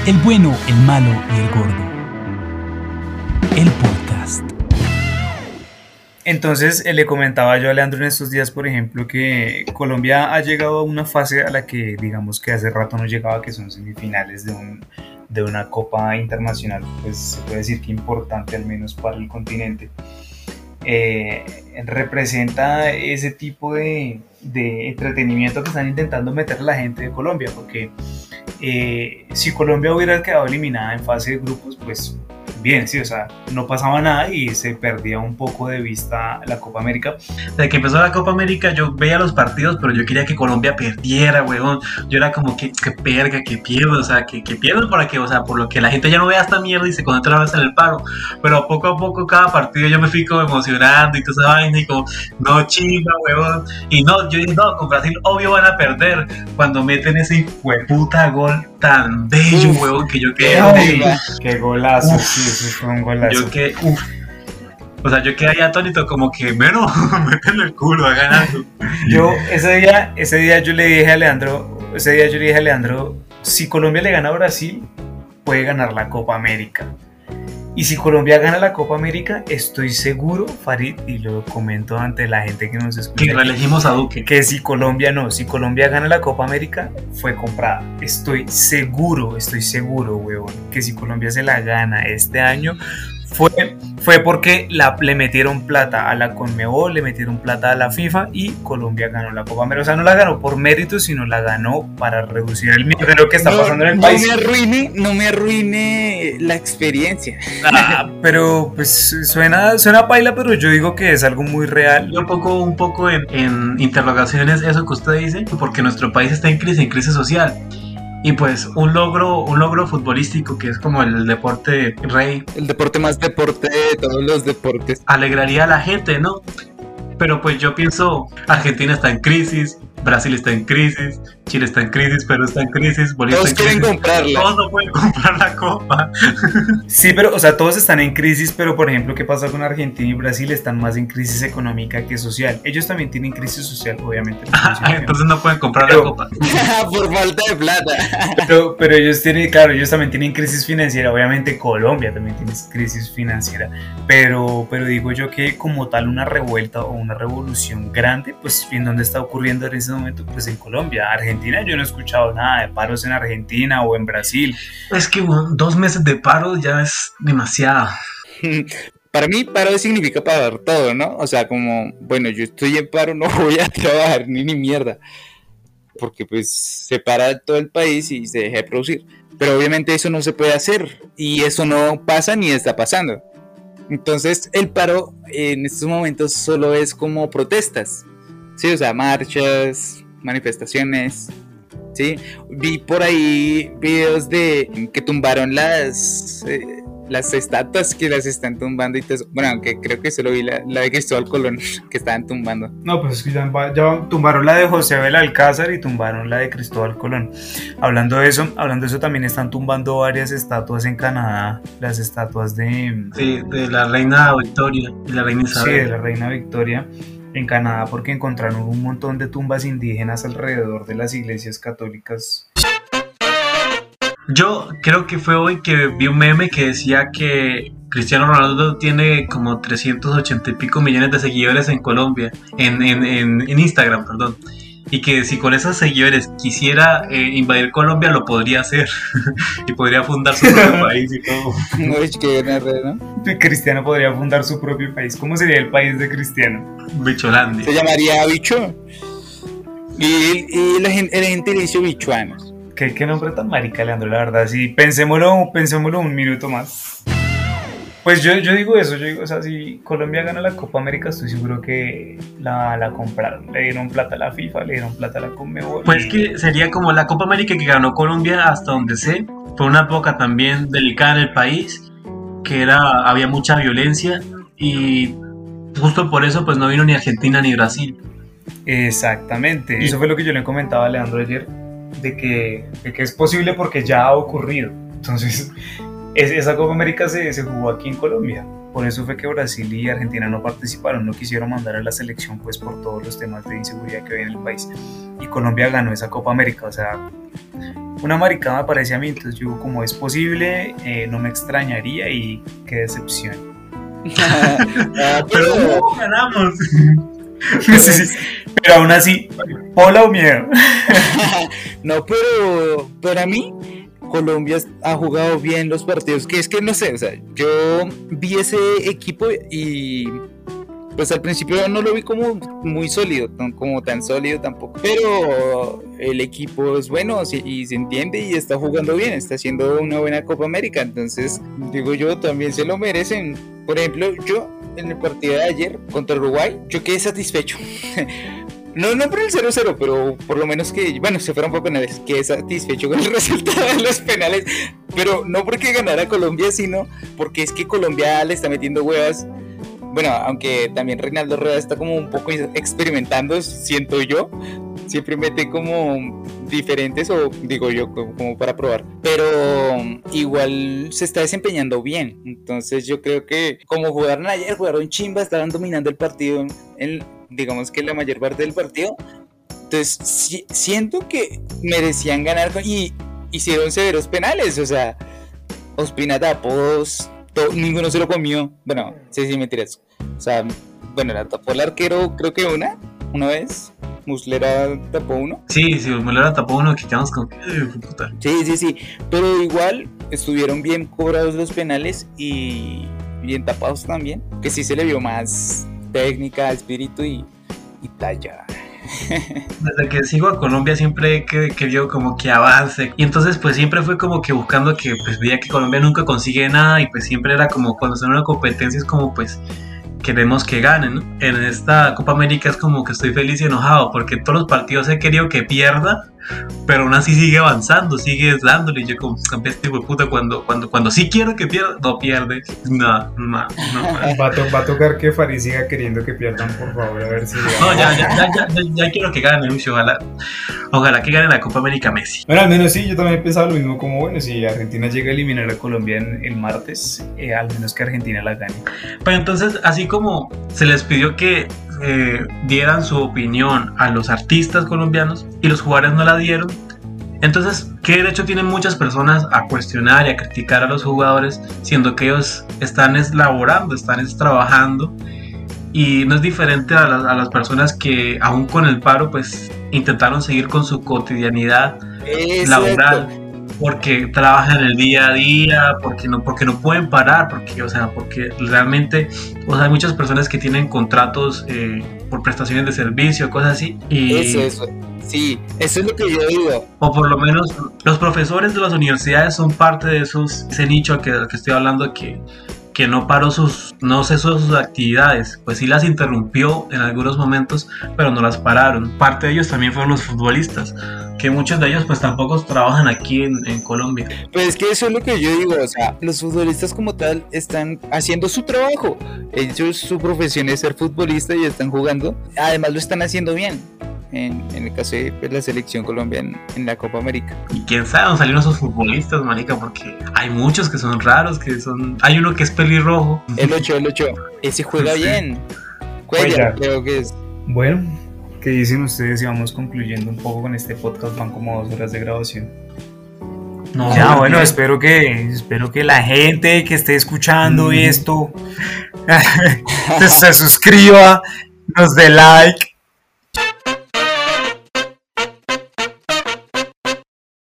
El bueno, el malo y el gordo. El podcast. Entonces, le comentaba yo a Leandro en estos días, por ejemplo, que Colombia ha llegado a una fase a la que digamos que hace rato no llegaba, que son semifinales de una Copa Internacional, pues se puede decir que importante al menos para el continente. Representa ese tipo de entretenimiento que están intentando meter la gente de Colombia, porque si Colombia hubiera quedado eliminada en fase de grupos, pues bien, sí, o sea, no pasaba nada y se perdía un poco de vista la Copa América. Desde que empezó la Copa América yo veía los partidos, pero yo quería que Colombia perdiera, weón. Yo era como que perga, que pierda, o sea, que pierda para que, o sea, por lo que la gente ya no vea esta mierda y se concentre otra vez en el paro. Pero poco a poco cada partido yo me fui como emocionando y toda esa vaina y como, no chimba, weón. Y no, yo dije, no, con Brasil obvio van a perder cuando meten ese hueputa gol tan bello, huevón, que yo quedé... ¡Qué golazo! Sí, eso fue un golazo. Yo quedé... O sea, yo quedé ahí atónito como que, menos, métele el culo, a ganar. Yo, ese día yo le dije a Leandro, si Colombia le gana a Brasil, puede ganar la Copa América. Y si Colombia gana la Copa América, estoy seguro, Farid, y lo comento ante la gente que nos escucha, que reelegimos a Duque. Que si Colombia gana la Copa América, fue comprada. Estoy seguro, huevón, que si Colombia se la gana este año, fue porque le metieron plata a la Conmebol, le metieron plata a la FIFA y Colombia ganó la Copa América. O sea, no la ganó por mérito, sino la ganó para reducir el miedo que está pasando en el país. No me arruine la experiencia. Pero pues suena paila, pero yo digo que es algo muy real. Yo un poco en interrogaciones eso que usted dice, porque nuestro país está en crisis social. Y pues un logro futbolístico que es como el deporte rey. El deporte más deporte de todos los deportes. Alegraría a la gente, ¿no? Pero pues yo pienso, Argentina está en crisis, Brasil está en crisis, Chile está en crisis, Perú está en crisis, Bolivia todos está en crisis. Todos quieren comprarla. Todos no pueden comprar la copa. Sí, pero, o sea, todos están en crisis, pero por ejemplo, ¿qué pasa con Argentina y Brasil? Están más en crisis económica que social. Ellos también tienen crisis social, obviamente. Entonces no pueden comprar la copa. Por falta de plata. Pero ellos también tienen crisis financiera. Obviamente Colombia también tiene crisis financiera. Pero digo yo que como tal una revuelta o una revolución grande, pues en donde está ocurriendo en ese momento, pues en Colombia. Argentina, yo no he escuchado nada de paros en Argentina o en Brasil. Es que 2 meses de paro ya es demasiado. Para mí, paro significa parar todo, ¿no? O sea, como, bueno, yo estoy en paro, no voy a trabajar ni mierda. Porque pues se para todo el país y se deja de producir. Pero obviamente eso no se puede hacer. Y eso no pasa ni está pasando. Entonces el paro en estos momentos solo es como protestas. Sí, o sea, marchas, manifestaciones. Sí, vi por ahí videos de que tumbaron las estatuas, que las están tumbando y todo eso. Bueno, aunque creo que solo vi la de Cristóbal Colón que estaban tumbando. No, pues es que ya tumbaron la de José Belalcázar y tumbaron la de Cristóbal Colón. Hablando de eso también están tumbando varias estatuas en Canadá, las estatuas de la reina Victoria y la reina Isabel. Sí, de la reina Victoria en Canadá, porque encontraron un montón de tumbas indígenas alrededor de las iglesias católicas. Yo creo que fue hoy que vi un meme que decía que Cristiano Ronaldo tiene como 380 y pico millones de seguidores en Colombia, en Instagram, perdón. Y que si con esos seguidores quisiera invadir Colombia, lo podría hacer. Y podría fundar su propio país y todo. No, es que ¿no? Cristiano podría fundar su propio país. ¿Cómo sería el país de Cristiano? Bicholandia. Se llamaría Bicho. Y la gente le dice bichuanos. ¿Qué nombre tan marica, Leandro? La verdad, sí, pensémoslo un minuto más. Pues yo digo eso, o sea, si Colombia gana la Copa América, estoy seguro que la compraron. Le dieron plata a la FIFA, le dieron plata a la Conmebol. Pues que sería como la Copa América que ganó Colombia, hasta donde sé. Fue una época también delicada en el país, que había mucha violencia y justo por eso pues no vino ni Argentina ni Brasil. Exactamente, y eso fue lo que yo le comentaba a Leandro ayer, de que es posible porque ya ha ocurrido. Entonces esa Copa América se jugó aquí en Colombia. Por eso fue que Brasil y Argentina no participaron, no quisieron mandar a la selección pues por todos los temas de inseguridad que había en el país. Y Colombia ganó esa Copa América, o sea, una maricada me parece a mí. Entonces yo, como es posible, no me extrañaría, y qué decepción. Pero ¿cómo ganamos? Sí, sí. Pero aún así, ¿pola o miedo? No, pero para mí Colombia ha jugado bien los partidos, que es que no sé, o sea, yo vi ese equipo y pues al principio no lo vi como muy sólido, no como tan sólido tampoco, pero el equipo es bueno y se entiende y está jugando bien, está haciendo una buena Copa América, entonces digo yo, también se lo merecen. Por ejemplo, yo en el partido de ayer contra Uruguay, yo quedé satisfecho. No por el 0-0, pero por lo menos que, bueno, se fueron por penales, quedé satisfecho con el resultado de los penales, pero no porque ganara Colombia, sino porque es que Colombia le está metiendo huevas. Bueno, aunque también Reinaldo Rueda está como un poco experimentando, siento yo, siempre mete como diferentes, o digo yo, como para probar, pero igual se está desempeñando bien. Entonces yo creo que como jugaron ayer, jugaron chimba, estaban dominando el partido, digamos que la mayor parte del partido. Entonces siento que merecían ganar y hicieron severos penales, o sea, Ospina tapó dos, ninguno se lo comió. Bueno, sí, mentiras. O sea, bueno, la tapó el arquero, creo que una vez. Muslera tapó uno. Sí, Muslera tapó uno, que quedamos con... puta. Sí. Pero igual estuvieron bien cobrados los penales y bien tapados también. Que sí se le vio más técnica, espíritu y talla. Desde que sigo a Colombia siempre que vio como que avance, y entonces pues siempre fue como que buscando, que pues veía que Colombia nunca consigue nada, y pues siempre era como cuando son una competencia es como pues queremos que ganen, ¿no? En esta Copa América es como que estoy feliz y enojado porque todos los partidos he querido que pierda, pero aún así sigue avanzando, sigue dándole, y yo como este hijo de puta cuando sí quiero que pierda, no pierde. No. Va a tocar que Farid siga queriendo que pierdan, por favor, a ver si... No, ya quiero que gane, ojalá que gane la Copa América Messi. Bueno, al menos sí, yo también he pensado lo mismo, como bueno, si Argentina llega a eliminar a Colombia el martes, al menos que Argentina la gane. Pero entonces, así como se les pidió que dieran su opinión a los artistas colombianos y los jugadores no la dieron, entonces, ¿qué derecho tienen muchas personas a cuestionar y a criticar a los jugadores, siendo que ellos están laborando, están trabajando? Y no es diferente a las personas que aún con el paro pues intentaron seguir con su cotidianidad laboral, porque trabajan el día a día, porque no pueden parar, porque realmente, o sea, hay muchas personas que tienen contratos por prestaciones de servicio, cosas así. Y eso. Sí, eso es lo que yo digo. O por lo menos los profesores de las universidades son parte de ese nicho que estoy hablando, que no paró sus actividades, pues sí las interrumpió en algunos momentos, pero no las pararon. Parte de ellos también fueron los futbolistas, que muchos de ellos pues tampoco trabajan aquí en Colombia. Pues es que eso es lo que yo digo, o sea, los futbolistas como tal están haciendo su trabajo, ellos, su profesión es ser futbolista y están jugando, además lo están haciendo bien. En el caso de la selección colombiana en la Copa América. Y quién sabe, van a salir esos futbolistas, marica, porque hay muchos que son raros, hay uno que es pelirrojo. El 8, ese juega bien. Cuellar, creo que es. Bueno, ¿qué dicen ustedes si vamos concluyendo un poco con este podcast? Van como 2 horas de grabación. No, ya, bueno, espero que la gente que esté escuchando esto se suscriba, nos dé like